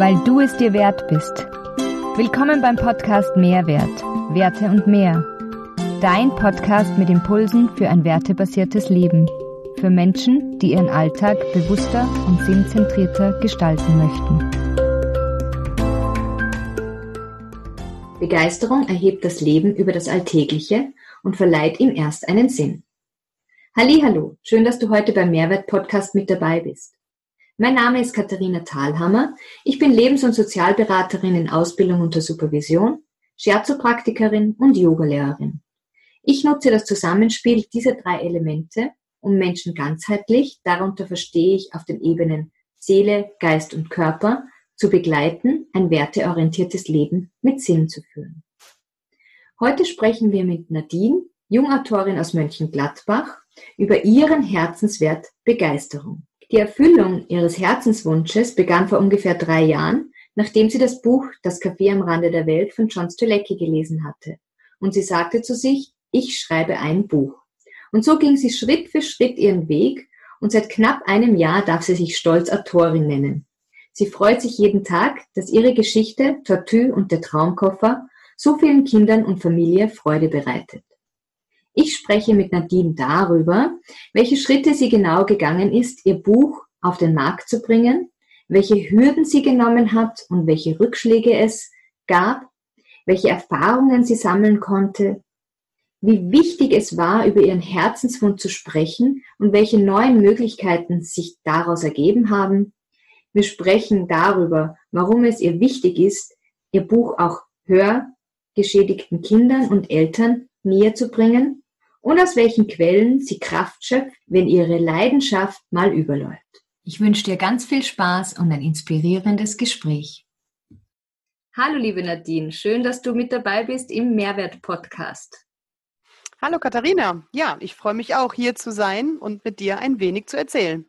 weil du es dir wert bist. Willkommen beim Podcast Mehrwert, Werte und mehr. Dein Podcast mit Impulsen für ein wertebasiertes Leben. Für Menschen, die ihren Alltag bewusster und sinnzentrierter gestalten möchten. Begeisterung erhebt das Leben über das Alltägliche und verleiht ihm erst einen Sinn. Hallihallo, schön, dass du heute beim Mehrwert-Podcast mit dabei bist. Mein Name ist Katharina Thalhammer, ich bin Lebens- und Sozialberaterin in Ausbildung unter Supervision, Shiatsu-Praktikerin und Yogalehrerin. Ich nutze das Zusammenspiel dieser 3 Elemente, um Menschen ganzheitlich, darunter verstehe ich auf den Ebenen Seele, Geist und Körper, zu begleiten, ein werteorientiertes Leben mit Sinn zu führen. Heute sprechen wir mit Nadine, Jungautorin aus Mönchengladbach, über ihren Herzenswert Begeisterung. Die Erfüllung ihres Herzenswunsches begann vor ungefähr 3 Jahren, nachdem sie das Buch Das Café am Rande der Welt von John Strzelecki gelesen hatte. Und sie sagte zu sich, ich schreibe ein Buch. Und so ging sie Schritt für Schritt ihren Weg und seit knapp einem Jahr darf sie sich stolz Autorin nennen. Sie freut sich jeden Tag, dass ihre Geschichte Tortue und der Traumkoffer so vielen Kindern und Familie Freude bereitet. Ich spreche mit Nadine darüber, welche Schritte sie genau gegangen ist, ihr Buch auf den Markt zu bringen, welche Hürden sie genommen hat und welche Rückschläge es gab, welche Erfahrungen sie sammeln konnte, wie wichtig es war, über ihren Herzenswunsch zu sprechen und welche neuen Möglichkeiten sich daraus ergeben haben. Wir sprechen darüber, warum es ihr wichtig ist, ihr Buch auch hörgeschädigten Kindern und Eltern näher zu bringen und aus welchen Quellen sie Kraft schöpft, wenn ihre Leidenschaft mal überläuft. Ich wünsche dir ganz viel Spaß und ein inspirierendes Gespräch. Hallo liebe Nadine, schön, dass du mit dabei bist im Mehrwert-Podcast. Hallo Katharina, ja, ich freue mich auch hier zu sein und mit dir ein wenig zu erzählen.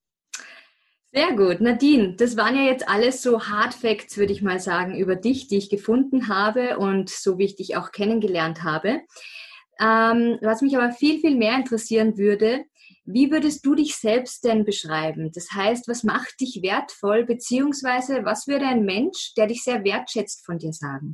Sehr gut. Nadine, das waren ja jetzt alles so Hard Facts, würde ich mal sagen, über dich, die ich gefunden habe und so wie ich dich auch kennengelernt habe. Was mich aber viel, viel mehr interessieren würde, wie würdest du dich selbst denn beschreiben? Das heißt, was macht dich wertvoll, beziehungsweise was würde ein Mensch, der dich sehr wertschätzt, von dir sagen?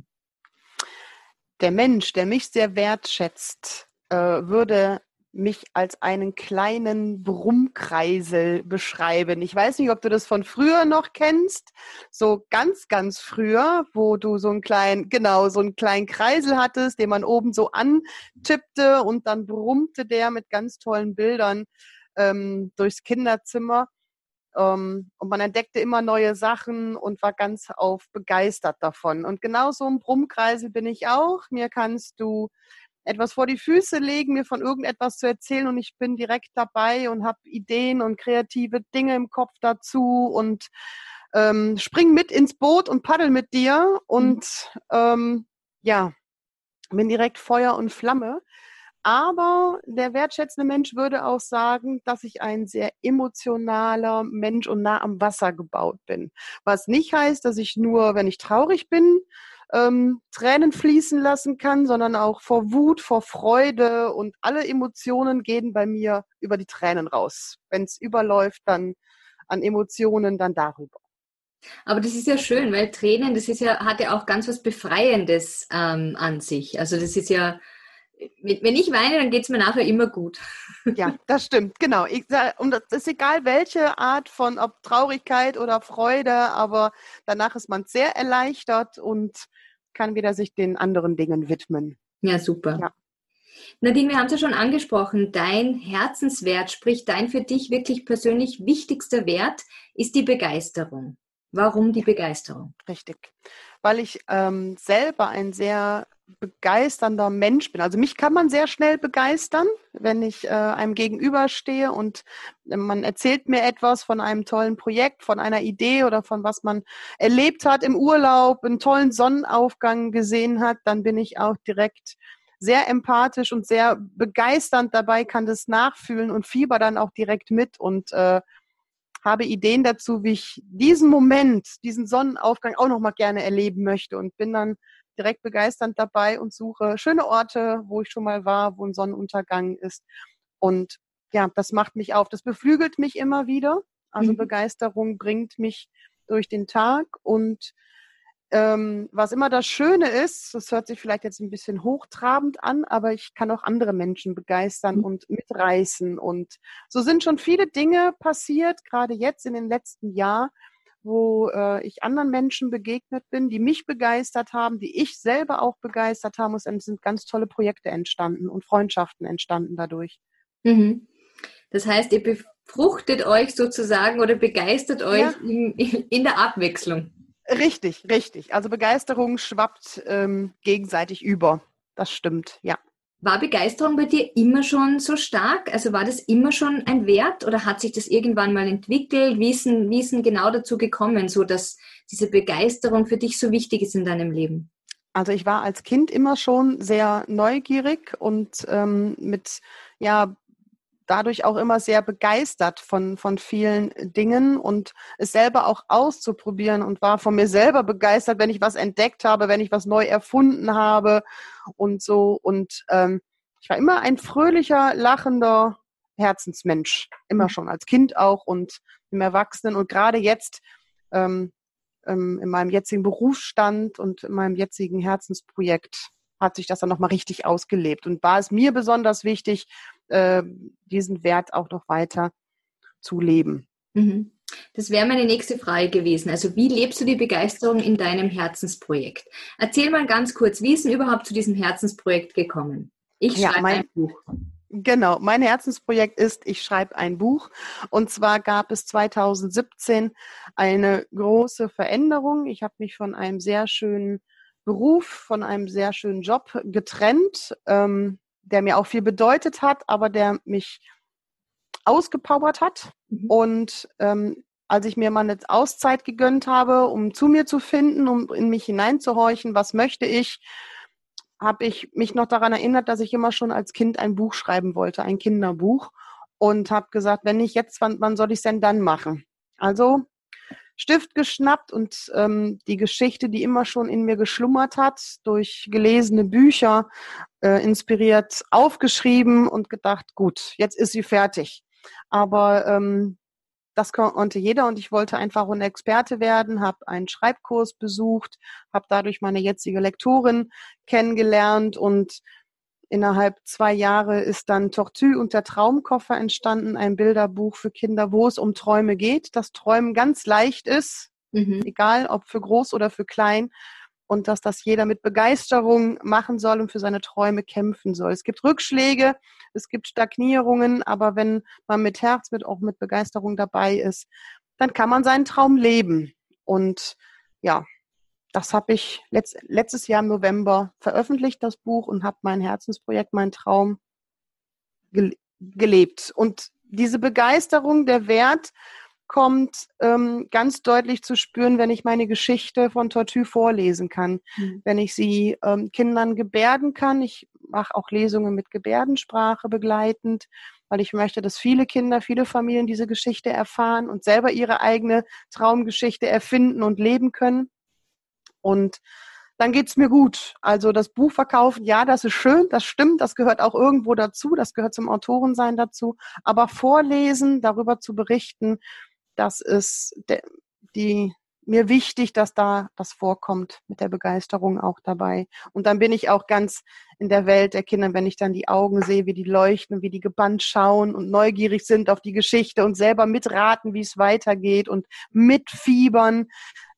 Der Mensch, der mich sehr wertschätzt, würde mich als einen kleinen Brummkreisel beschreiben. Ich weiß nicht, ob du das von früher noch kennst, so ganz, ganz früher, wo du so einen kleinen Kreisel hattest, den man oben so antippte und dann brummte der mit ganz tollen Bildern durchs Kinderzimmer. Und man entdeckte immer neue Sachen und war ganz begeistert davon. Und genau so ein Brummkreisel bin ich auch. Mir kannst du etwas vor die Füße legen, mir von irgendetwas zu erzählen und ich bin direkt dabei und habe Ideen und kreative Dinge im Kopf dazu und spring mit ins Boot und paddel mit dir und bin direkt Feuer und Flamme. Aber der wertschätzende Mensch würde auch sagen, dass ich ein sehr emotionaler Mensch und nah am Wasser gebaut bin. Was nicht heißt, dass ich nur, wenn ich traurig bin, Tränen fließen lassen kann, sondern auch vor Wut, vor Freude und alle Emotionen gehen bei mir über die Tränen raus. Wenn es überläuft, dann an Emotionen, dann darüber. Aber das ist ja schön, weil Tränen, hat ja auch ganz was Befreiendes an sich. Also das ist ja, wenn ich weine, dann geht es mir nachher immer gut. Ja, das stimmt, genau. Und das ist egal, welche Art von, ob Traurigkeit oder Freude, aber danach ist man sehr erleichtert und kann wieder sich den anderen Dingen widmen. Ja, super. Ja. Nadine, wir haben es ja schon angesprochen, dein Herzenswert, sprich dein für dich wirklich persönlich wichtigster Wert, ist die Begeisterung. Warum die Begeisterung? Richtig, weil ich selber ein sehr begeisternder Mensch bin. Also mich kann man sehr schnell begeistern, wenn ich einem gegenüberstehe und man erzählt mir etwas von einem tollen Projekt, von einer Idee oder von was man erlebt hat im Urlaub, einen tollen Sonnenaufgang gesehen hat, dann bin ich auch direkt sehr empathisch und sehr begeisternd dabei, kann das nachfühlen und fieber dann auch direkt mit und habe Ideen dazu, wie ich diesen Moment, diesen Sonnenaufgang auch noch mal gerne erleben möchte und bin dann direkt begeisternd dabei und suche schöne Orte, wo ich schon mal war, wo ein Sonnenuntergang ist. Und ja, das macht mich auf. Das beflügelt mich immer wieder. Also Begeisterung bringt mich durch den Tag und was immer das Schöne ist, das hört sich vielleicht jetzt ein bisschen hochtrabend an, aber ich kann auch andere Menschen begeistern und mitreißen. Und so sind schon viele Dinge passiert, gerade jetzt in den letzten Jahren, wo ich anderen Menschen begegnet bin, die mich begeistert haben, die ich selber auch begeistert haben. Und es sind ganz tolle Projekte entstanden und Freundschaften entstanden dadurch. Mhm. Das heißt, ihr befruchtet euch sozusagen oder begeistert euch in der Abwechslung. Richtig, richtig. Also Begeisterung schwappt gegenseitig über. Das stimmt, ja. War Begeisterung bei dir immer schon so stark? Also war das immer schon ein Wert oder hat sich das irgendwann mal entwickelt? Wie ist denn genau dazu gekommen, so dass diese Begeisterung für dich so wichtig ist in deinem Leben? Also ich war als Kind immer schon sehr neugierig und dadurch auch immer sehr begeistert von vielen Dingen und es selber auch auszuprobieren und war von mir selber begeistert, wenn ich was entdeckt habe, wenn ich was neu erfunden habe und so. Und ich war immer ein fröhlicher, lachender Herzensmensch, immer schon als Kind auch und im Erwachsenen und gerade jetzt in meinem jetzigen Berufsstand und in meinem jetzigen Herzensprojekt hat sich das dann nochmal richtig ausgelebt und war es mir besonders wichtig, diesen Wert auch noch weiter zu leben. Das wäre meine nächste Frage gewesen. Also wie lebst du die Begeisterung in deinem Herzensprojekt? Erzähl mal ganz kurz, wie ist denn überhaupt zu diesem Herzensprojekt gekommen? Ich schreibe ein Buch. Genau, mein Herzensprojekt ist, ich schreibe ein Buch. Und zwar gab es 2017 eine große Veränderung. Ich habe mich von einem sehr schönen Beruf, von einem sehr schönen Job getrennt, der mir auch viel bedeutet hat, aber der mich ausgepowert hat. Und als ich mir mal eine Auszeit gegönnt habe, um zu mir zu finden, um in mich hineinzuhorchen, was möchte ich, habe ich mich noch daran erinnert, dass ich immer schon als Kind ein Buch schreiben wollte, ein Kinderbuch. Und habe gesagt, wenn nicht jetzt, wann soll ich es denn dann machen? Also Stift geschnappt und die Geschichte, die immer schon in mir geschlummert hat, durch gelesene Bücher inspiriert, aufgeschrieben und gedacht, gut, jetzt ist sie fertig. Aber das konnte jeder und ich wollte einfach ein Experte werden, habe einen Schreibkurs besucht, habe dadurch meine jetzige Lektorin kennengelernt und innerhalb 2 Jahre ist dann Tortue und der Traumkoffer entstanden, ein Bilderbuch für Kinder, wo es um Träume geht, dass Träumen ganz leicht ist, egal ob für groß oder für klein und dass das jeder mit Begeisterung machen soll und für seine Träume kämpfen soll. Es gibt Rückschläge, es gibt Stagnierungen, aber wenn man mit Herz, auch mit Begeisterung dabei ist, dann kann man seinen Traum leben. Und ja, das habe ich letztes Jahr im November veröffentlicht, das Buch, und habe mein Herzensprojekt, meinen Traum gelebt. Und diese Begeisterung, der Wert kommt ganz deutlich zu spüren, wenn ich meine Geschichte von Tortue vorlesen kann, wenn ich sie Kindern gebärden kann. Ich mache auch Lesungen mit Gebärdensprache begleitend, weil ich möchte, dass viele Kinder, viele Familien diese Geschichte erfahren und selber ihre eigene Traumgeschichte erfinden und leben können. Und dann geht's mir gut. Also das Buch verkaufen, ja, das ist schön, das stimmt, das gehört auch irgendwo dazu, das gehört zum Autorensein dazu. Aber vorlesen, darüber zu berichten, das ist mir wichtig, dass da das vorkommt mit der Begeisterung auch dabei. Und dann bin ich auch ganz in der Welt der Kinder, wenn ich dann die Augen sehe, wie die leuchten, wie die gebannt schauen und neugierig sind auf die Geschichte und selber mitraten, wie es weitergeht und mitfiebern.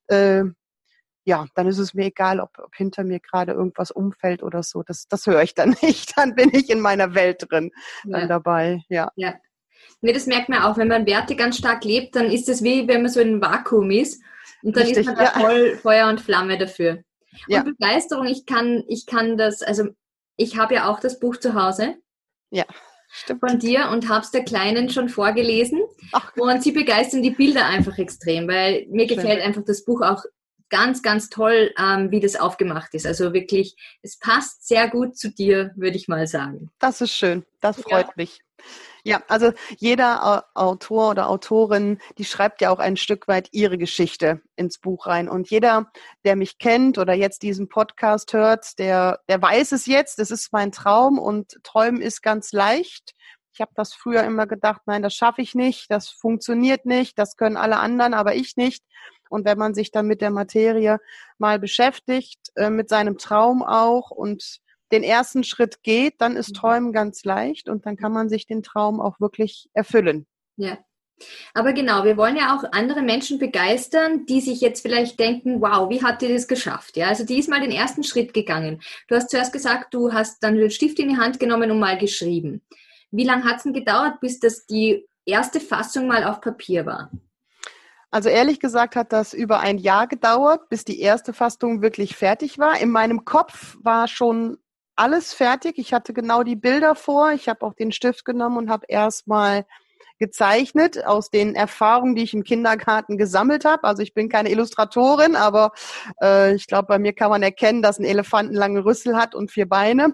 Ja, dann ist es mir egal, ob hinter mir gerade irgendwas umfällt oder so. Das höre ich dann nicht. Dann bin ich in meiner Welt drin, dann dabei. Ja. Nee, das merkt man auch. Wenn man Werte ganz stark lebt, dann ist es wie, wenn man so in einem Vakuum ist. Und dann ist man da voll Feuer und Flamme dafür. Und Begeisterung, ich kann das, also ich habe ja auch das Buch zu Hause. Ja, stimmt. Von dir und habe es der Kleinen schon vorgelesen. Und sie begeistern die Bilder einfach extrem, weil mir gefällt einfach das Buch auch ganz, ganz toll, wie das aufgemacht ist. Also wirklich, es passt sehr gut zu dir, würde ich mal sagen. Das ist schön. Das freut mich. Ja, also jeder Autor oder Autorin, die schreibt ja auch ein Stück weit ihre Geschichte ins Buch rein. Und jeder, der mich kennt oder jetzt diesen Podcast hört, der weiß es jetzt, das ist mein Traum und Träumen ist ganz leicht. Ich habe das früher immer gedacht, nein, das schaffe ich nicht, das funktioniert nicht, das können alle anderen, aber ich nicht. Und wenn man sich dann mit der Materie mal beschäftigt, mit seinem Traum auch und den ersten Schritt geht, dann ist Träumen ganz leicht und dann kann man sich den Traum auch wirklich erfüllen. Ja. Aber genau, wir wollen ja auch andere Menschen begeistern, die sich jetzt vielleicht denken, wow, wie hat die das geschafft? Ja, also die ist mal den ersten Schritt gegangen. Du hast zuerst gesagt, du hast dann den Stift in die Hand genommen und mal geschrieben. Wie lange hat es denn gedauert, bis das die erste Fassung mal auf Papier war? Also ehrlich gesagt hat das über ein Jahr gedauert, bis die erste Fassung wirklich fertig war. In meinem Kopf war schon alles fertig. Ich hatte genau die Bilder vor. Ich habe auch den Stift genommen und habe erstmal gezeichnet aus den Erfahrungen, die ich im Kindergarten gesammelt habe. Also ich bin keine Illustratorin, aber ich glaube, bei mir kann man erkennen, dass ein Elefant einen langen Rüssel hat und 4 Beine.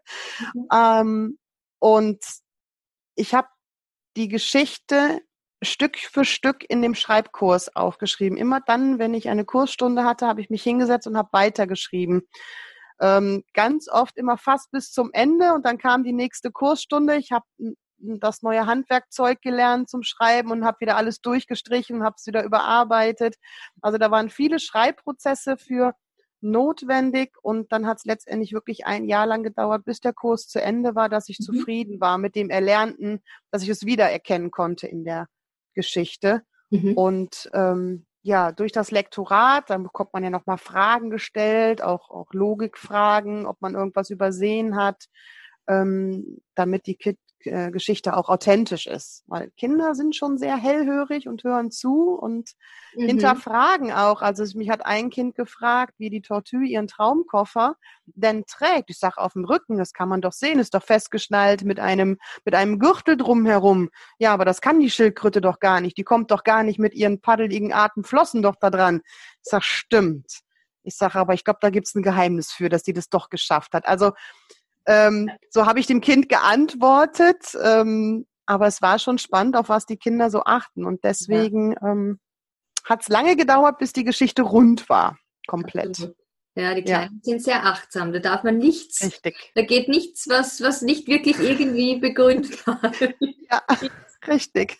Und ich habe die Geschichte Stück für Stück in dem Schreibkurs aufgeschrieben. Immer dann, wenn ich eine Kursstunde hatte, habe ich mich hingesetzt und habe weitergeschrieben. Ganz oft immer fast bis zum Ende und dann kam die nächste Kursstunde. Ich habe das neue Handwerkzeug gelernt zum Schreiben und habe wieder alles durchgestrichen und habe es wieder überarbeitet. Also da waren viele Schreibprozesse für notwendig und dann hat es letztendlich wirklich ein Jahr lang gedauert, bis der Kurs zu Ende war, dass ich zufrieden war mit dem Erlernten, dass ich es wiedererkennen konnte in der Geschichte. Und ja, durch das Lektorat, dann bekommt man ja nochmal Fragen gestellt, auch Logikfragen, ob man irgendwas übersehen hat, damit die Geschichte auch authentisch ist. Weil Kinder sind schon sehr hellhörig und hören zu und hinterfragen auch. Also mich hat ein Kind gefragt, wie die Tortue ihren Traumkoffer denn trägt. Ich sage, auf dem Rücken, das kann man doch sehen, ist doch festgeschnallt mit einem Gürtel drumherum. Ja, aber das kann die Schildkröte doch gar nicht. Die kommt doch gar nicht mit ihren paddeligen Atemflossen doch da dran. Ich sage, stimmt. Ich sage, aber ich glaube, da gibt es ein Geheimnis für, dass die das doch geschafft hat. Also so habe ich dem Kind geantwortet, aber es war schon spannend, auf was die Kinder so achten. Und deswegen hat es lange gedauert, bis die Geschichte rund war, komplett. Ja, die Kleinen sind sehr achtsam. Da darf man nichts, richtig. Da geht nichts, was nicht wirklich irgendwie begründet war. Ja, richtig.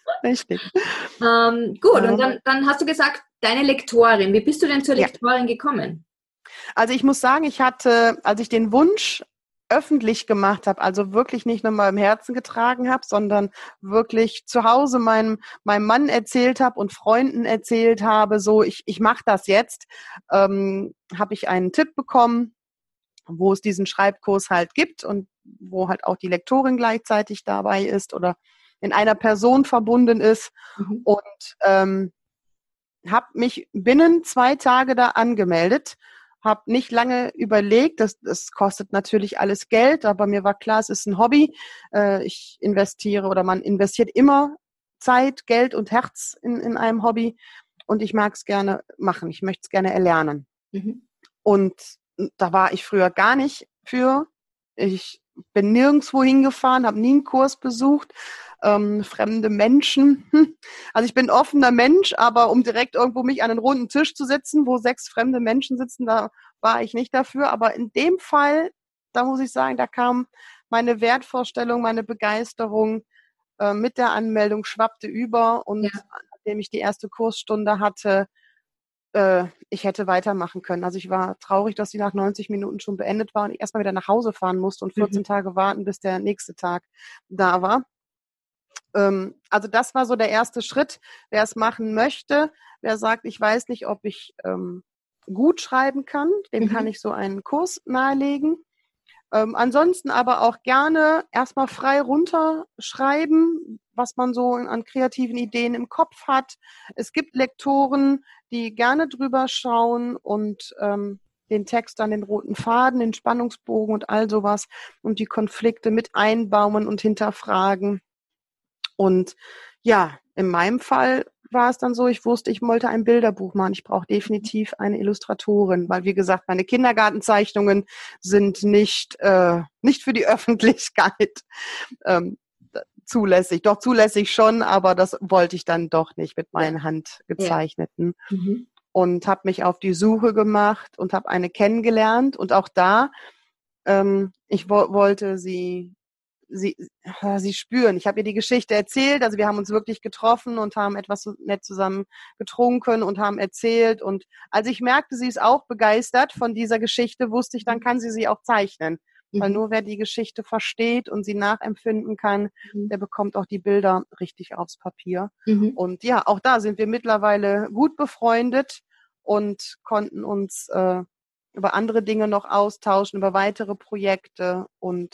Gut, und dann hast du gesagt, deine Lektorin. Wie bist du denn zur Lektorin gekommen? Also ich muss sagen, ich hatte, als ich den Wunsch öffentlich gemacht habe, also wirklich nicht nur mal im Herzen getragen habe, sondern wirklich zu Hause meinem Mann erzählt habe und Freunden erzählt habe, so ich mache das jetzt, habe ich einen Tipp bekommen, wo es diesen Schreibkurs halt gibt und wo halt auch die Lektorin gleichzeitig dabei ist oder in einer Person verbunden ist und habe mich binnen 2 Tage da angemeldet. Habe nicht lange überlegt, das kostet natürlich alles Geld, aber mir war klar, es ist ein Hobby. Ich investiere oder man investiert immer Zeit, Geld und Herz in einem Hobby und ich mag es gerne machen, ich möchte es gerne erlernen. Und da war ich früher gar nicht für. Ich bin nirgendwo hingefahren, habe nie einen Kurs besucht, fremde Menschen. Also ich bin ein offener Mensch, aber um direkt irgendwo mich an einen runden Tisch zu setzen, wo 6 fremde Menschen sitzen, da war ich nicht dafür. Aber in dem Fall, da muss ich sagen, da kam meine Wertvorstellung, meine Begeisterung mit der Anmeldung schwappte über und nachdem ich die erste Kursstunde hatte, ich hätte weitermachen können. Also ich war traurig, dass sie nach 90 Minuten schon beendet war und ich erstmal wieder nach Hause fahren musste und 14 Tage warten, bis der nächste Tag da war. Also das war so der erste Schritt. Wer es machen möchte, wer sagt, ich weiß nicht, ob ich gut schreiben kann, dem kann ich so einen Kurs nahelegen. Ansonsten aber auch gerne erstmal frei runterschreiben, was man so an kreativen Ideen im Kopf hat. Es gibt Lektoren, die gerne drüber schauen und den Text dann den roten Faden, den Spannungsbogen und all sowas und die Konflikte mit einbauen und hinterfragen. Und ja, in meinem Fall war es dann so, ich wusste, ich wollte ein Bilderbuch machen. Ich brauche definitiv eine Illustratorin, weil wie gesagt, meine Kindergartenzeichnungen sind nicht für die Öffentlichkeit zulässig. Doch zulässig schon, aber das wollte ich dann doch nicht mit meinen handgezeichneten. Und habe mich auf die Suche gemacht und habe eine kennengelernt. Und auch da, ich wollte sie sie spüren. Ich habe ihr die Geschichte erzählt, also wir haben uns wirklich getroffen und haben etwas so nett zusammen getrunken und haben erzählt. Und als ich merkte, sie ist auch begeistert von dieser Geschichte, wusste ich, dann kann sie auch zeichnen. Weil nur wer die Geschichte versteht und sie nachempfinden kann, der bekommt auch die Bilder richtig aufs Papier. Und ja, auch da sind wir mittlerweile gut befreundet und konnten uns über andere Dinge noch austauschen, über weitere Projekte. Und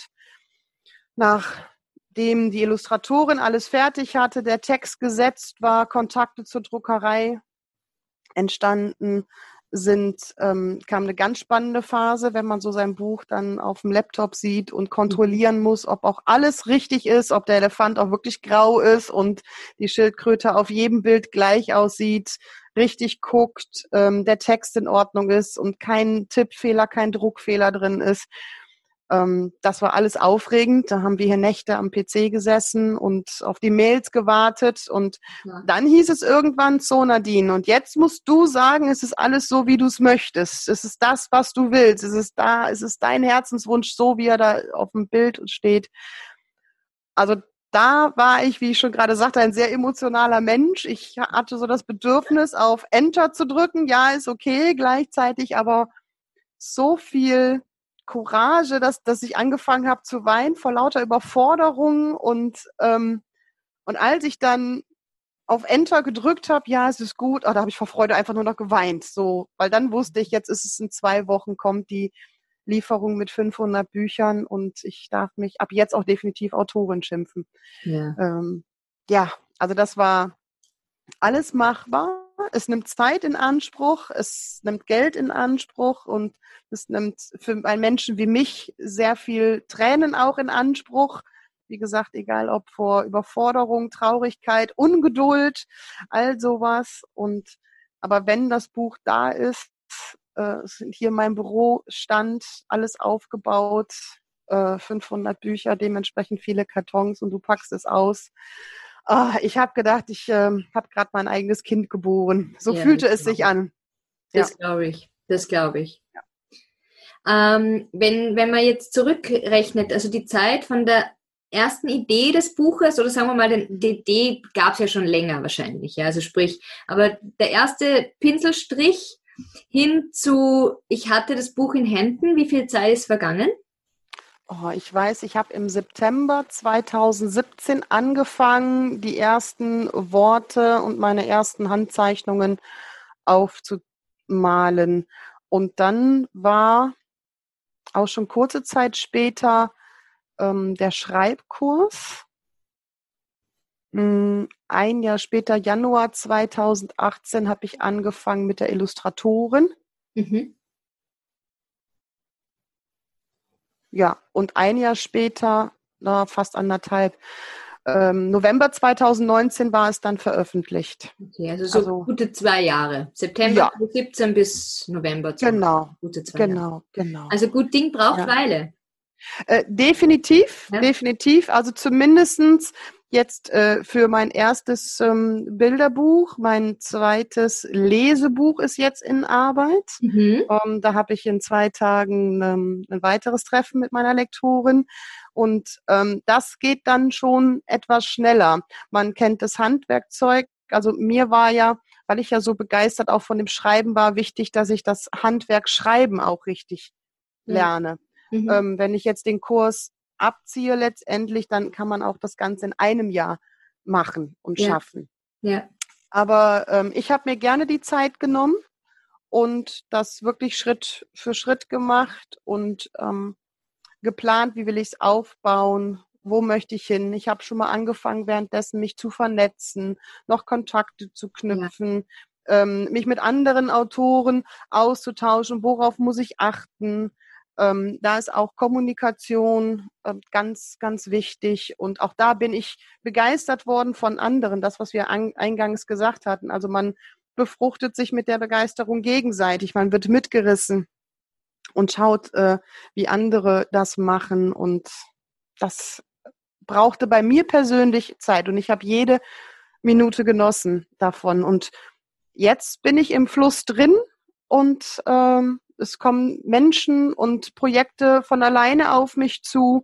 nachdem die Illustratorin alles fertig hatte, der Text gesetzt war, Kontakte zur Druckerei entstanden kam eine ganz spannende Phase, wenn man so sein Buch dann auf dem Laptop sieht und kontrollieren muss, ob auch alles richtig ist, ob der Elefant auch wirklich grau ist und die Schildkröte auf jedem Bild gleich aussieht, richtig guckt, der Text in Ordnung ist und kein Tippfehler, kein Druckfehler drin ist. Das war alles aufregend. Da haben wir hier Nächte am PC gesessen und auf die Mails gewartet. Und dann hieß es irgendwann, so Nadine, und jetzt musst du sagen, es ist alles so, wie du es möchtest. Es ist das, was du willst. Es ist dein Herzenswunsch, so wie er da auf dem Bild steht. Also da war ich, wie ich schon gerade sagte, ein sehr emotionaler Mensch. Ich hatte so das Bedürfnis, auf Enter zu drücken. Ja, ist okay, gleichzeitig aber so viel Courage, dass ich angefangen habe zu weinen vor lauter Überforderung und als ich dann auf Enter gedrückt habe, ja, es ist gut, da habe ich vor Freude einfach nur noch geweint, so, weil dann wusste ich, jetzt ist es in 2 Wochen, kommt die Lieferung mit 500 Büchern und ich darf mich ab jetzt auch definitiv Autorin schimpfen. Ja, also das war alles machbar. Es nimmt Zeit in Anspruch, es nimmt Geld in Anspruch und es nimmt für einen Menschen wie mich sehr viel Tränen auch in Anspruch. Wie gesagt, egal ob vor Überforderung, Traurigkeit, Ungeduld, all sowas. Aber wenn das Buch da ist, hier mein Büro stand, alles aufgebaut, 500 Bücher, dementsprechend viele Kartons und du packst es aus. Ich habe gedacht, ich habe gerade mein eigenes Kind geboren. So fühlte es sich an. Das glaube ich. Ja. Wenn man jetzt zurückrechnet, also die Zeit von der ersten Idee des Buches, oder sagen wir mal, die Idee gab es ja schon länger wahrscheinlich, ja, also sprich, aber der erste Pinselstrich hin zu, ich hatte das Buch in Händen, wie viel Zeit ist vergangen? Ich weiß, ich habe im September 2017 angefangen, die ersten Worte und meine ersten Handzeichnungen aufzumalen. Und dann war auch schon kurze Zeit später der Schreibkurs. Ein Jahr später, Januar 2018, habe ich angefangen mit der Illustratorin. Ja, und ein Jahr später, fast 1,5, November 2019 war es dann veröffentlicht. Okay, also gute 2 Jahre. September 2017 bis November 2019. Genau. Gute 2 Jahre. Genau. Also gut Ding braucht Weile. Definitiv. Also zumindestens jetzt für mein erstes Bilderbuch, mein zweites Lesebuch ist jetzt in Arbeit. Da habe ich in 2 Tagen ein weiteres Treffen mit meiner Lektorin. Und das geht dann schon etwas schneller. Man kennt das Handwerkzeug. Also mir war ja, weil ich ja so begeistert auch von dem Schreiben war, wichtig, dass ich das Handwerk Schreiben auch richtig lerne. Wenn ich jetzt den Kurs abziehe letztendlich, dann kann man auch das Ganze in einem Jahr machen und schaffen. Ja. Aber ich habe mir gerne die Zeit genommen und das wirklich Schritt für Schritt gemacht und geplant, wie will ich es aufbauen, wo möchte ich hin. Ich habe schon mal angefangen, währenddessen mich zu vernetzen, noch Kontakte zu knüpfen, mich mit anderen Autoren auszutauschen, worauf muss ich achten. Da ist auch Kommunikation ganz, ganz wichtig. Und auch da bin ich begeistert worden von anderen, das, was wir eingangs gesagt hatten. Also man befruchtet sich mit der Begeisterung gegenseitig. Man wird mitgerissen und schaut, wie andere das machen. Und das brauchte bei mir persönlich Zeit. Und ich habe jede Minute genossen davon. Und jetzt bin ich im Fluss drin und es kommen Menschen und Projekte von alleine auf mich zu,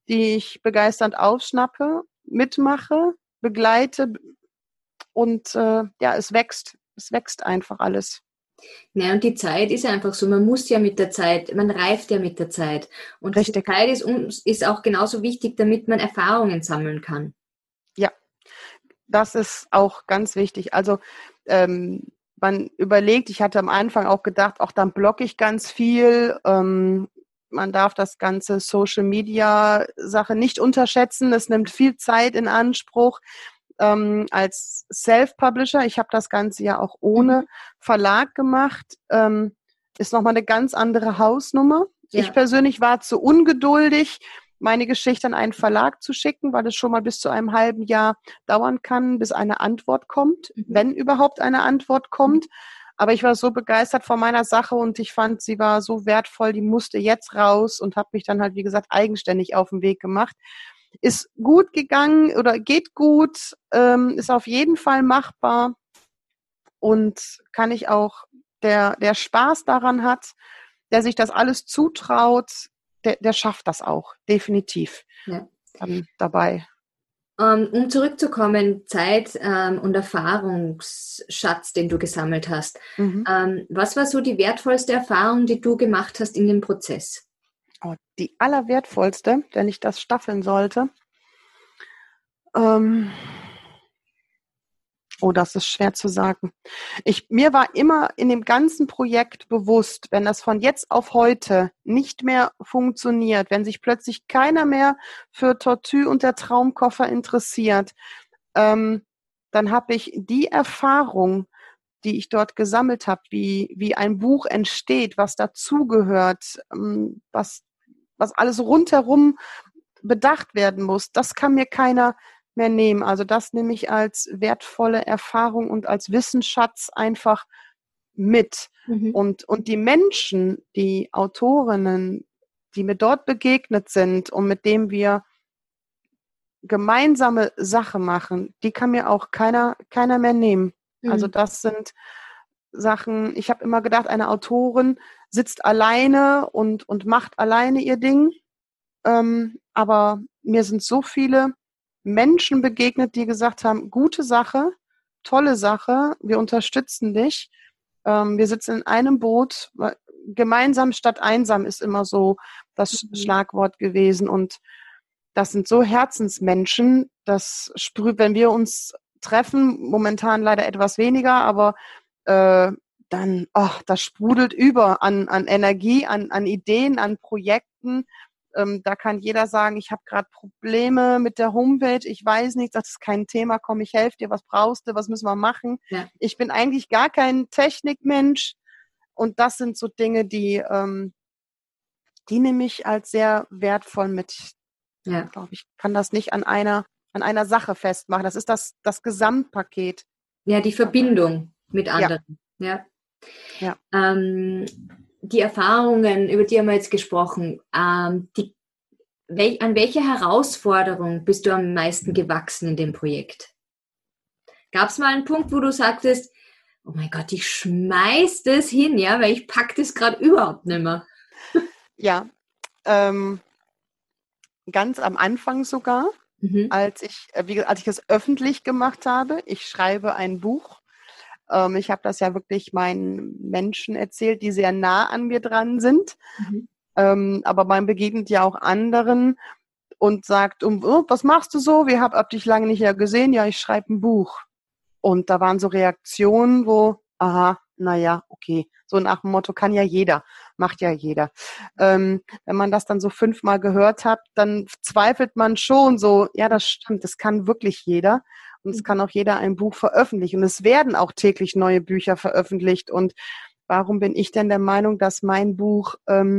die ich begeisternd aufschnappe, mitmache, begleite und es wächst. Es wächst einfach alles. Ja, und die Zeit ist einfach so, man muss ja mit der Zeit, man reift ja mit der Zeit. Und die Richtig. Zeit ist auch genauso wichtig, damit man Erfahrungen sammeln kann. Ja, das ist auch ganz wichtig. Also man überlegt, ich hatte am Anfang auch gedacht, auch dann blogge ich ganz viel. Man darf das ganze Social-Media-Sache nicht unterschätzen. Es nimmt viel Zeit in Anspruch. Als Self-Publisher, ich habe das Ganze ja auch ohne Verlag gemacht, ist nochmal eine ganz andere Hausnummer. Ja. Ich persönlich war zu ungeduldig, meine Geschichte an einen Verlag zu schicken, weil es schon mal bis zu einem halben Jahr dauern kann, bis eine Antwort kommt, wenn überhaupt eine Antwort kommt. Aber ich war so begeistert von meiner Sache und ich fand, sie war so wertvoll, die musste jetzt raus und habe mich dann halt, wie gesagt, eigenständig auf den Weg gemacht. Ist gut gegangen oder geht gut, ist auf jeden Fall machbar und kann ich auch, der Spaß daran hat, der sich das alles zutraut, der schafft das auch, definitiv. Ja. Dabei. Um zurückzukommen, Zeit und Erfahrungsschatz, den du gesammelt hast. Was war so die wertvollste Erfahrung, die du gemacht hast in dem Prozess? Oh, die allerwertvollste, wenn ich das staffeln sollte. Das ist schwer zu sagen. Mir war immer in dem ganzen Projekt bewusst, wenn das von jetzt auf heute nicht mehr funktioniert, wenn sich plötzlich keiner mehr für Tortue und der Traumkoffer interessiert, dann habe ich die Erfahrung, die ich dort gesammelt habe, wie ein Buch entsteht, was dazugehört, was alles rundherum bedacht werden muss, das kann mir keiner mehr nehmen. Also das nehme ich als wertvolle Erfahrung und als Wissensschatz einfach mit. Und die Menschen, die Autorinnen, die mir dort begegnet sind und mit denen wir gemeinsame Sache machen, die kann mir auch keiner mehr nehmen. Also das sind Sachen, ich habe immer gedacht, eine Autorin sitzt alleine und macht alleine ihr Ding. Aber mir sind so viele Menschen begegnet, die gesagt haben, gute Sache, tolle Sache, wir unterstützen dich. Wir sitzen in einem Boot. Gemeinsam statt einsam ist immer so das Schlagwort gewesen. Und das sind so Herzensmenschen, das sprüht, wenn wir uns treffen, momentan leider etwas weniger, aber dann, das sprudelt über an Energie, an Ideen, an Projekten. Da kann jeder sagen, ich habe gerade Probleme mit der Homepage, ich weiß nicht, das ist kein Thema, komm, ich helfe dir, was brauchst du, was müssen wir machen? Ja. Ich bin eigentlich gar kein Technikmensch und das sind so Dinge, die nehme ich als sehr wertvoll mit. Ja. Ich glaube, ich kann das nicht an einer Sache festmachen. Das ist das Gesamtpaket. Ja, die Verbindung mit anderen. Ja. Die Erfahrungen, über die haben wir jetzt gesprochen, an welche Herausforderung bist du am meisten gewachsen in dem Projekt? Gab es mal einen Punkt, wo du sagtest, oh mein Gott, ich schmeiß das hin, ja, weil ich pack das gerade überhaupt nicht mehr? Ja, ganz am Anfang sogar, als ich das öffentlich gemacht habe. Ich schreibe ein Buch. Ich habe das ja wirklich meinen Menschen erzählt, die sehr nah an mir dran sind. Aber man begegnet ja auch anderen und sagt, was machst du so? Wir hab dich lange nicht mehr gesehen. Ja, ich schreibe ein Buch. Und da waren so Reaktionen, wo, okay. So nach dem Motto, kann ja jeder, macht ja jeder. Wenn man das dann so 5-mal gehört hat, dann zweifelt man schon so, ja, das stimmt, das kann wirklich jeder. Und es kann auch jeder ein Buch veröffentlichen. Und es werden auch täglich neue Bücher veröffentlicht. Und warum bin ich denn der Meinung, dass mein Buch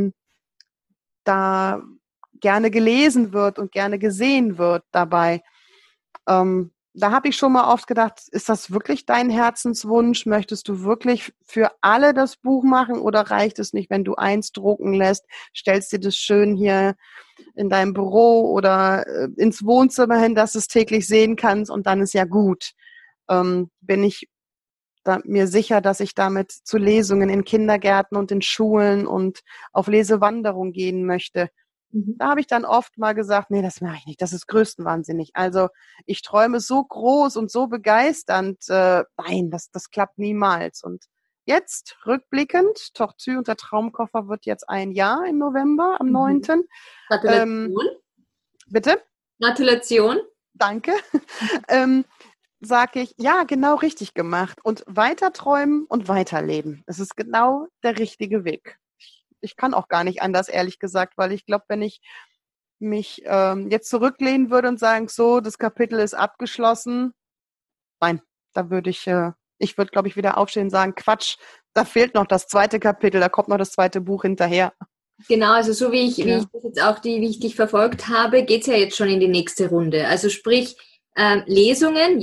da gerne gelesen wird und gerne gesehen wird dabei? Da habe ich schon mal oft gedacht, ist das wirklich dein Herzenswunsch? Möchtest du wirklich für alle das Buch machen oder reicht es nicht, wenn du eins drucken lässt, stellst dir das schön hier in deinem Büro oder ins Wohnzimmer hin, dass du es täglich sehen kannst und dann ist ja gut. Bin ich mir sicher, dass ich damit zu Lesungen in Kindergärten und in Schulen und auf Lesewanderung gehen möchte. Da habe ich dann oft mal gesagt, nee, das mache ich nicht, das ist größtenwahnsinnig. Also ich träume so groß und so begeisternd, nein, das klappt niemals. Und jetzt, rückblickend, Tortue und der Traumkoffer wird jetzt 1 Jahr im November, am 9. Gratulation. Bitte? Gratulation. Danke. Sage ich, ja, genau richtig gemacht. Und weiter träumen und weiterleben. Es ist genau der richtige Weg. Ich kann auch gar nicht anders, ehrlich gesagt, weil ich glaube, wenn ich mich jetzt zurücklehnen würde und sagen, so, das Kapitel ist abgeschlossen, nein, da würde ich würde, glaube ich, wieder aufstehen und sagen, Quatsch, da fehlt noch das 2. Kapitel, da kommt noch das 2. Buch hinterher. Genau, also so wie ich das jetzt auch wie ich dich verfolgt habe, geht's ja jetzt schon in die nächste Runde. Also sprich, Lesungen,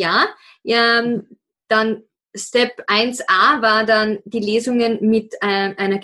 dann Step 1a war dann die Lesungen mit einer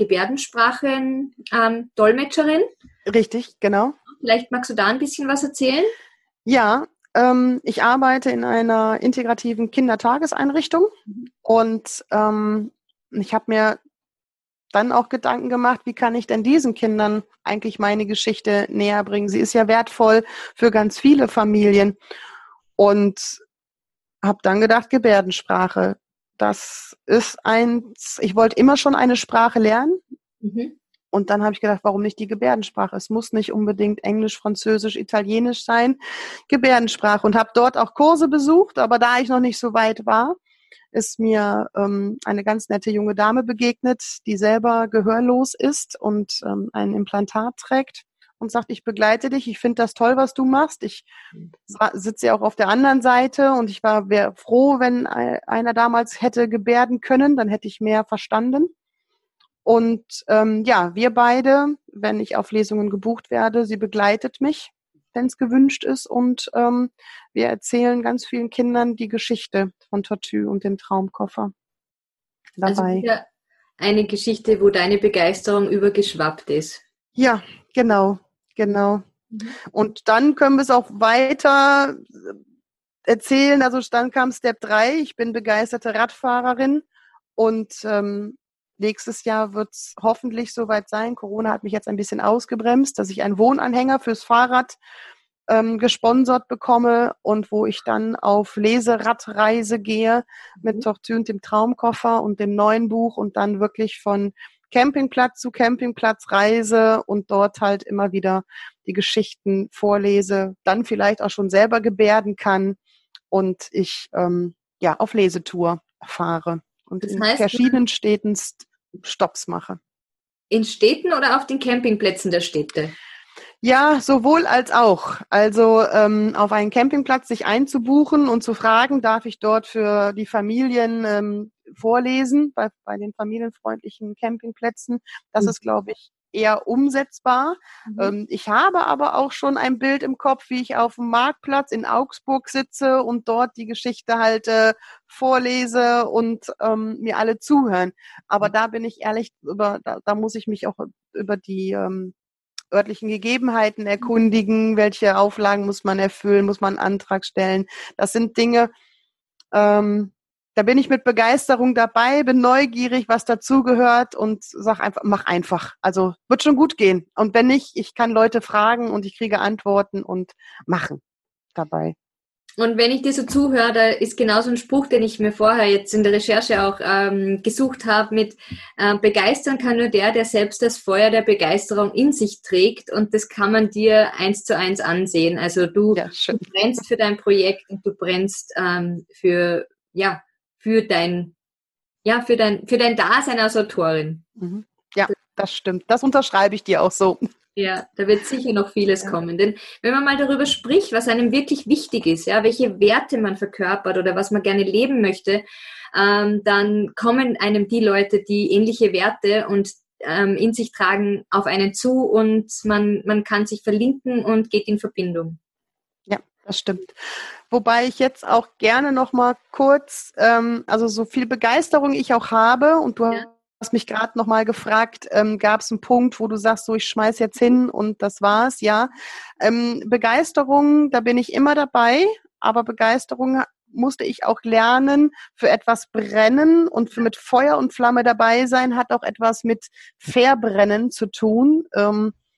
Gebärdensprachen-Dolmetscherin. Richtig, genau. Vielleicht magst du da ein bisschen was erzählen? Ja, ich arbeite in einer integrativen Kindertageseinrichtung und ich habe mir dann auch Gedanken gemacht, wie kann ich denn diesen Kindern eigentlich meine Geschichte näher bringen? Sie ist ja wertvoll für ganz viele Familien und habe dann gedacht, Gebärdensprache. Das ist ich wollte immer schon eine Sprache lernen. Und dann habe ich gedacht, warum nicht die Gebärdensprache? Es muss nicht unbedingt Englisch, Französisch, Italienisch sein. Gebärdensprache. Und habe dort auch Kurse besucht, aber da ich noch nicht so weit war, ist mir eine ganz nette junge Dame begegnet, die selber gehörlos ist und ein Implantat trägt und sagt, ich begleite dich, ich finde das toll, was du machst. Ich sitze ja auch auf der anderen Seite und ich wäre froh, wenn einer damals hätte gebärden können, dann hätte ich mehr verstanden. Und wir beide, wenn ich auf Lesungen gebucht werde, sie begleitet mich, wenn es gewünscht ist. Und wir erzählen ganz vielen Kindern die Geschichte von Tortue und dem Traumkoffer dabei. Also wieder eine Geschichte, wo deine Begeisterung übergeschwappt ist. Ja, genau. Und dann können wir es auch weiter erzählen. Also dann kam Step 3. Ich bin begeisterte Radfahrerin und nächstes Jahr wird es hoffentlich soweit sein. Corona hat mich jetzt ein bisschen ausgebremst, dass ich einen Wohnanhänger fürs Fahrrad gesponsert bekomme und wo ich dann auf Leseradreise gehe mit Tortue und dem Traumkoffer und dem neuen Buch und dann wirklich von Campingplatz zu Campingplatz reise und dort halt immer wieder die Geschichten vorlese, dann vielleicht auch schon selber gebärden kann und ich auf Lesetour fahre und in verschiedenen Städten Stopps mache. In Städten oder auf den Campingplätzen der Städte? Ja, sowohl als auch. Also auf einen Campingplatz sich einzubuchen und zu fragen, darf ich dort für die Familien vorlesen, bei den familienfreundlichen Campingplätzen. Das ist, glaube ich, eher umsetzbar. Ich habe aber auch schon ein Bild im Kopf, wie ich auf dem Marktplatz in Augsburg sitze und dort die Geschichte halt vorlese und mir alle zuhören. Aber da bin ich ehrlich, da muss ich mich auch über die örtlichen Gegebenheiten erkundigen, welche Auflagen muss man erfüllen, muss man einen Antrag stellen. Das sind Dinge, da bin ich mit Begeisterung dabei, bin neugierig, was dazugehört und sag einfach, mach einfach. Also wird schon gut gehen. Und wenn nicht, ich kann Leute fragen und ich kriege Antworten und machen dabei. Und wenn ich dir so zuhöre, da ist genau so ein Spruch, den ich mir vorher jetzt in der Recherche auch gesucht habe, mit begeistern kann nur der selbst das Feuer der Begeisterung in sich trägt, und das kann man dir 1:1 ansehen. Also du brennst für dein Projekt und du brennst für dein Dasein als Autorin. Ja, das stimmt. Das unterschreibe ich dir auch so. Ja, da wird sicher noch vieles kommen. Denn wenn man mal darüber spricht, was einem wirklich wichtig ist, ja, welche Werte man verkörpert oder was man gerne leben möchte, dann kommen einem die Leute, die ähnliche Werte und in sich tragen, auf einen zu, und man kann sich verlinken und geht in Verbindung. Ja, das stimmt. Wobei ich jetzt auch gerne noch mal kurz, also so viel Begeisterung ich auch habe, und du hast mich gerade noch mal gefragt, gab es einen Punkt, wo du sagst, so ich schmeiß jetzt hin und das war's, ja. Begeisterung, da bin ich immer dabei, aber Begeisterung musste ich auch lernen, für etwas brennen und für mit Feuer und Flamme dabei sein, hat auch etwas mit Verbrennen zu tun.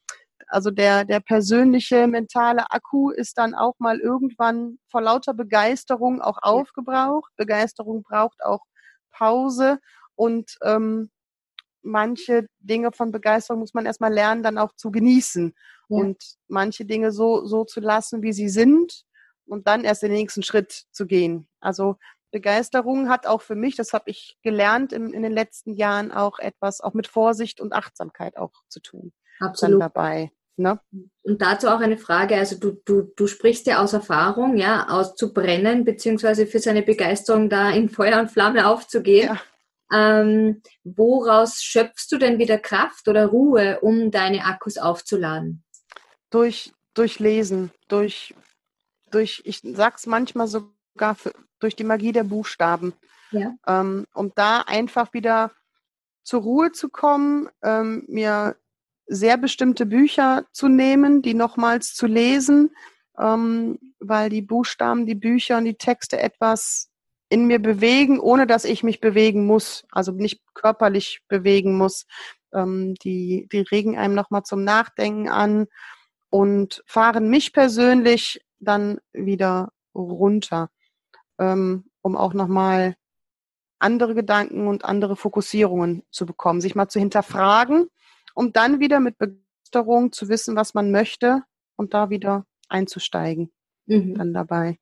Also der persönliche mentale Akku ist dann auch mal irgendwann vor lauter Begeisterung auch aufgebraucht. Begeisterung braucht auch Pause und manche Dinge von Begeisterung muss man erstmal lernen, dann auch zu genießen und manche Dinge so zu lassen, wie sie sind und dann erst den nächsten Schritt zu gehen. Also Begeisterung hat auch für mich, das habe ich gelernt in den letzten Jahren, auch etwas auch mit Vorsicht und Achtsamkeit auch zu tun. Absolut. Dann dabei. Ne? Und dazu auch eine Frage, also du sprichst ja aus Erfahrung, ja, auszubrennen, beziehungsweise für seine Begeisterung da in Feuer und Flamme aufzugehen. Ja. Woraus schöpfst du denn wieder Kraft oder Ruhe, um deine Akkus aufzuladen? Durch Lesen, durch ich sag's manchmal sogar durch die Magie der Buchstaben. Ja. Um da einfach wieder zur Ruhe zu kommen, mir sehr bestimmte Bücher zu nehmen, die nochmals zu lesen, weil die Buchstaben, die Bücher und die Texte etwas in mir bewegen, ohne dass ich mich bewegen muss, also nicht körperlich bewegen muss. Die regen einem nochmal zum Nachdenken an und fahren mich persönlich dann wieder runter, um auch nochmal andere Gedanken und andere Fokussierungen zu bekommen, sich mal zu hinterfragen, um dann wieder mit Begeisterung zu wissen, was man möchte und da wieder einzusteigen, dann dabei.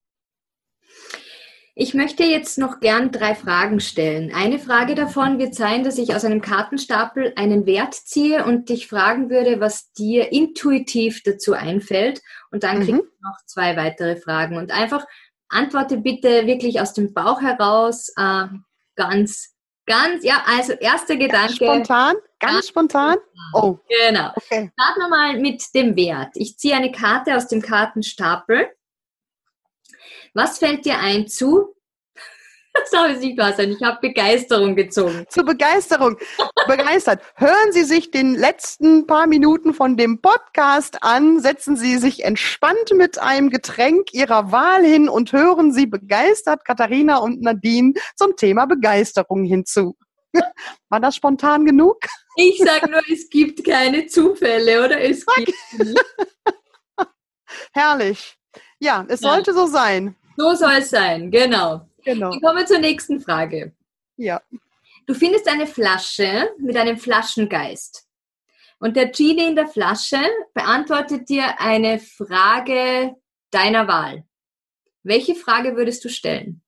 Ich möchte jetzt noch gern 3 Fragen stellen. Eine Frage davon wird sein, dass ich aus einem Kartenstapel einen Wert ziehe und dich fragen würde, was dir intuitiv dazu einfällt. Und dann kriegst du noch 2 weitere Fragen. Und einfach antworte bitte wirklich aus dem Bauch heraus, ganz, ja, also erster Gedanke. Ganz spontan? Oh. Genau. Okay. Starten wir mal mit dem Wert. Ich ziehe eine Karte aus dem Kartenstapel. Was fällt dir ein zu? Das soll es nicht wahr sein. Ich habe Begeisterung gezogen. Zu Begeisterung. Begeistert. Hören Sie sich den letzten paar Minuten von dem Podcast an, setzen Sie sich entspannt mit einem Getränk Ihrer Wahl hin und hören Sie begeistert Katharina und Nadine zum Thema Begeisterung hinzu. War das spontan genug? Ich sage nur, es gibt keine Zufälle, oder? Es gibt nicht. Herrlich. Ja, es sollte so sein. So soll es sein, genau. Wir kommen zur nächsten Frage. Ja. Du findest eine Flasche mit einem Flaschengeist. Und der Genie in der Flasche beantwortet dir eine Frage deiner Wahl. Welche Frage würdest du stellen?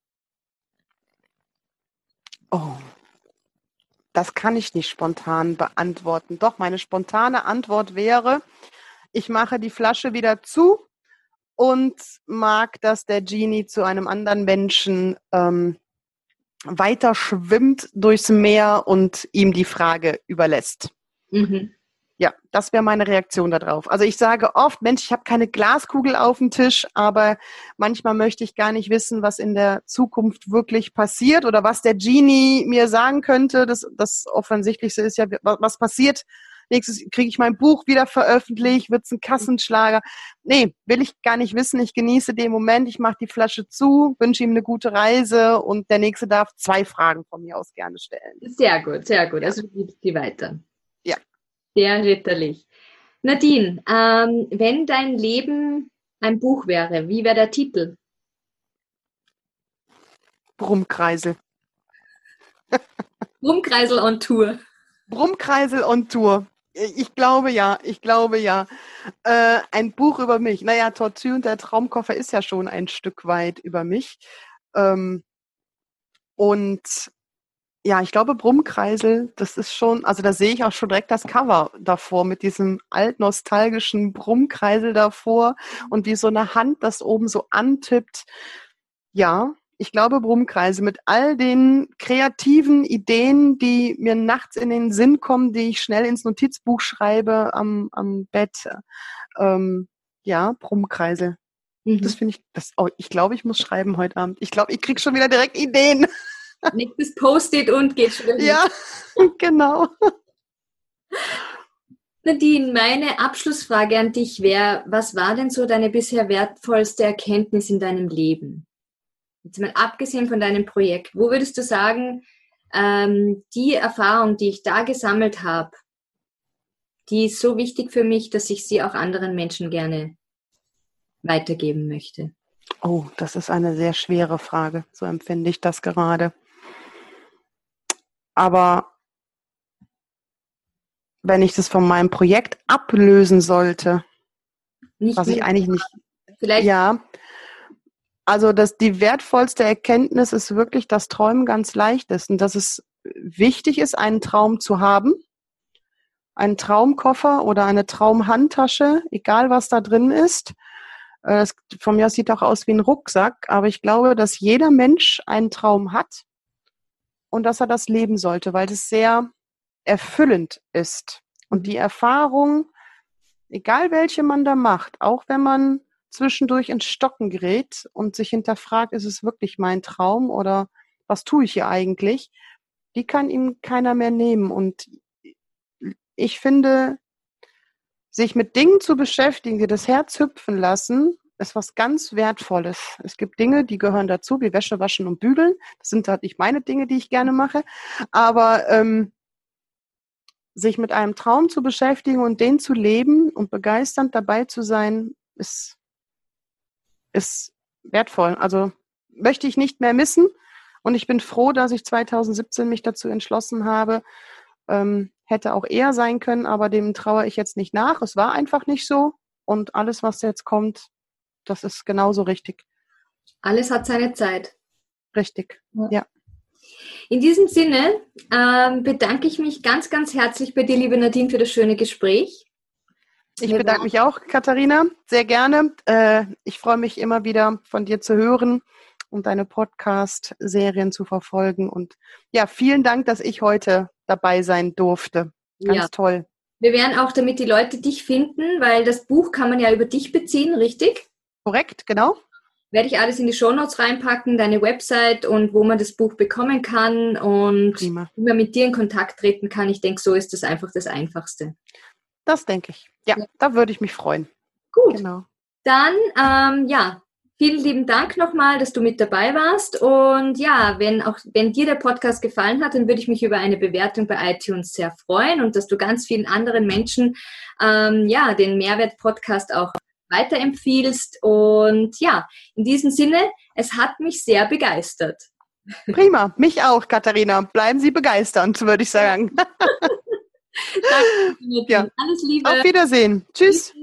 Oh, das kann ich nicht spontan beantworten. Doch, meine spontane Antwort wäre, ich mache die Flasche wieder zu und mag, dass der Genie zu einem anderen Menschen weiter schwimmt durchs Meer und ihm die Frage überlässt. Ja, das wäre meine Reaktion darauf. Also ich sage oft, Mensch, ich habe keine Glaskugel auf dem Tisch, aber manchmal möchte ich gar nicht wissen, was in der Zukunft wirklich passiert oder was der Genie mir sagen könnte. Das Offensichtlichste ist ja, was passiert. Nächstes kriege ich mein Buch wieder veröffentlicht, wird es ein Kassenschlager. Nee, will ich gar nicht wissen. Ich genieße den Moment, ich mache die Flasche zu, wünsche ihm eine gute Reise und der Nächste darf 2 Fragen von mir aus gerne stellen. Sehr gut, sehr gut. Ja. Also du gibst die weiter. Ja. Sehr ritterlich. Nadine, wenn dein Leben ein Buch wäre, wie wäre der Titel? Brummkreisel. Brummkreisel on Tour. Brummkreisel on Tour. Ich glaube ja. Ein Buch über mich. Naja, Tortue und der Traumkoffer ist ja schon ein Stück weit über mich. Und ja, ich glaube Brummkreisel, das ist schon, also da sehe ich auch schon direkt das Cover davor mit diesem altnostalgischen Brummkreisel davor und wie so eine Hand das oben so antippt. Ja, ich glaube Brummkreisel mit all den kreativen Ideen, die mir nachts in den Sinn kommen, die ich schnell ins Notizbuch schreibe am Bett. Ja, Brummkreisel. Das finde ich, ich glaube, ich muss schreiben heute Abend. Ich glaube, ich kriege schon wieder direkt Ideen. Nächstes Post-it und geht schon wieder. Ja, genau. Nadine, meine Abschlussfrage an dich wäre, was war denn so deine bisher wertvollste Erkenntnis in deinem Leben? Jetzt mal abgesehen von deinem Projekt, wo würdest du sagen, die Erfahrung, die ich da gesammelt habe, die ist so wichtig für mich, dass ich sie auch anderen Menschen gerne weitergeben möchte. Oh, das ist eine sehr schwere Frage. So empfinde ich das gerade. Aber wenn ich das von meinem Projekt ablösen sollte, was ich eigentlich nicht... Vielleicht. Ja, also die wertvollste Erkenntnis ist wirklich, dass Träumen ganz leicht ist und dass es wichtig ist, einen Traum zu haben, einen Traumkoffer oder eine Traumhandtasche, egal was da drin ist. Von mir aus sieht auch aus wie ein Rucksack, aber ich glaube, dass jeder Mensch einen Traum hat und dass er das leben sollte, weil es sehr erfüllend ist. Und die Erfahrung, egal welche man da macht, auch wenn man zwischendurch ins Stocken gerät und sich hinterfragt, ist es wirklich mein Traum oder was tue ich hier eigentlich, die kann ihm keiner mehr nehmen. Und ich finde, sich mit Dingen zu beschäftigen, die das Herz hüpfen lassen, ist was ganz Wertvolles. Es gibt Dinge, die gehören dazu, wie Wäsche waschen und bügeln. Das sind halt nicht meine Dinge, die ich gerne mache. Aber sich mit einem Traum zu beschäftigen und den zu leben und begeisternd dabei zu sein, ist wertvoll. Also möchte ich nicht mehr missen. Und ich bin froh, dass ich 2017 mich dazu entschlossen habe. Hätte auch eher sein können, aber dem traue ich jetzt nicht nach. Es war einfach nicht so. Und alles, was jetzt kommt, das ist genauso richtig. Alles hat seine Zeit. Richtig, ja. In diesem Sinne bedanke ich mich ganz, ganz herzlich bei dir, liebe Nadine, für das schöne Gespräch. Ich bedanke mich auch, Katharina, sehr gerne. Ich freue mich immer wieder von dir zu hören und deine Podcast-Serien zu verfolgen. Und ja, vielen Dank, dass ich heute dabei sein durfte. Ganz toll. Wir werden auch, damit die Leute dich finden, weil das Buch kann man ja über dich beziehen, richtig? Korrekt, genau. Werde ich alles in die Shownotes reinpacken, deine Website und wo man das Buch bekommen kann und wie man mit dir in Kontakt treten kann. Ich denke, so ist das einfach das Einfachste. Das denke ich. Ja, da würde ich mich freuen. Gut. Genau. Dann, vielen lieben Dank nochmal, dass du mit dabei warst. Und ja, wenn dir der Podcast gefallen hat, dann würde ich mich über eine Bewertung bei iTunes sehr freuen und dass du ganz vielen anderen Menschen den Mehrwert-Podcast auch weiterempfiehlst. Und ja, in diesem Sinne, es hat mich sehr begeistert. Prima, mich auch, Katharina. Bleiben Sie begeisternd, würde ich sagen. Danke. Ja. Alles Liebe. Auf Wiedersehen. Tschüss.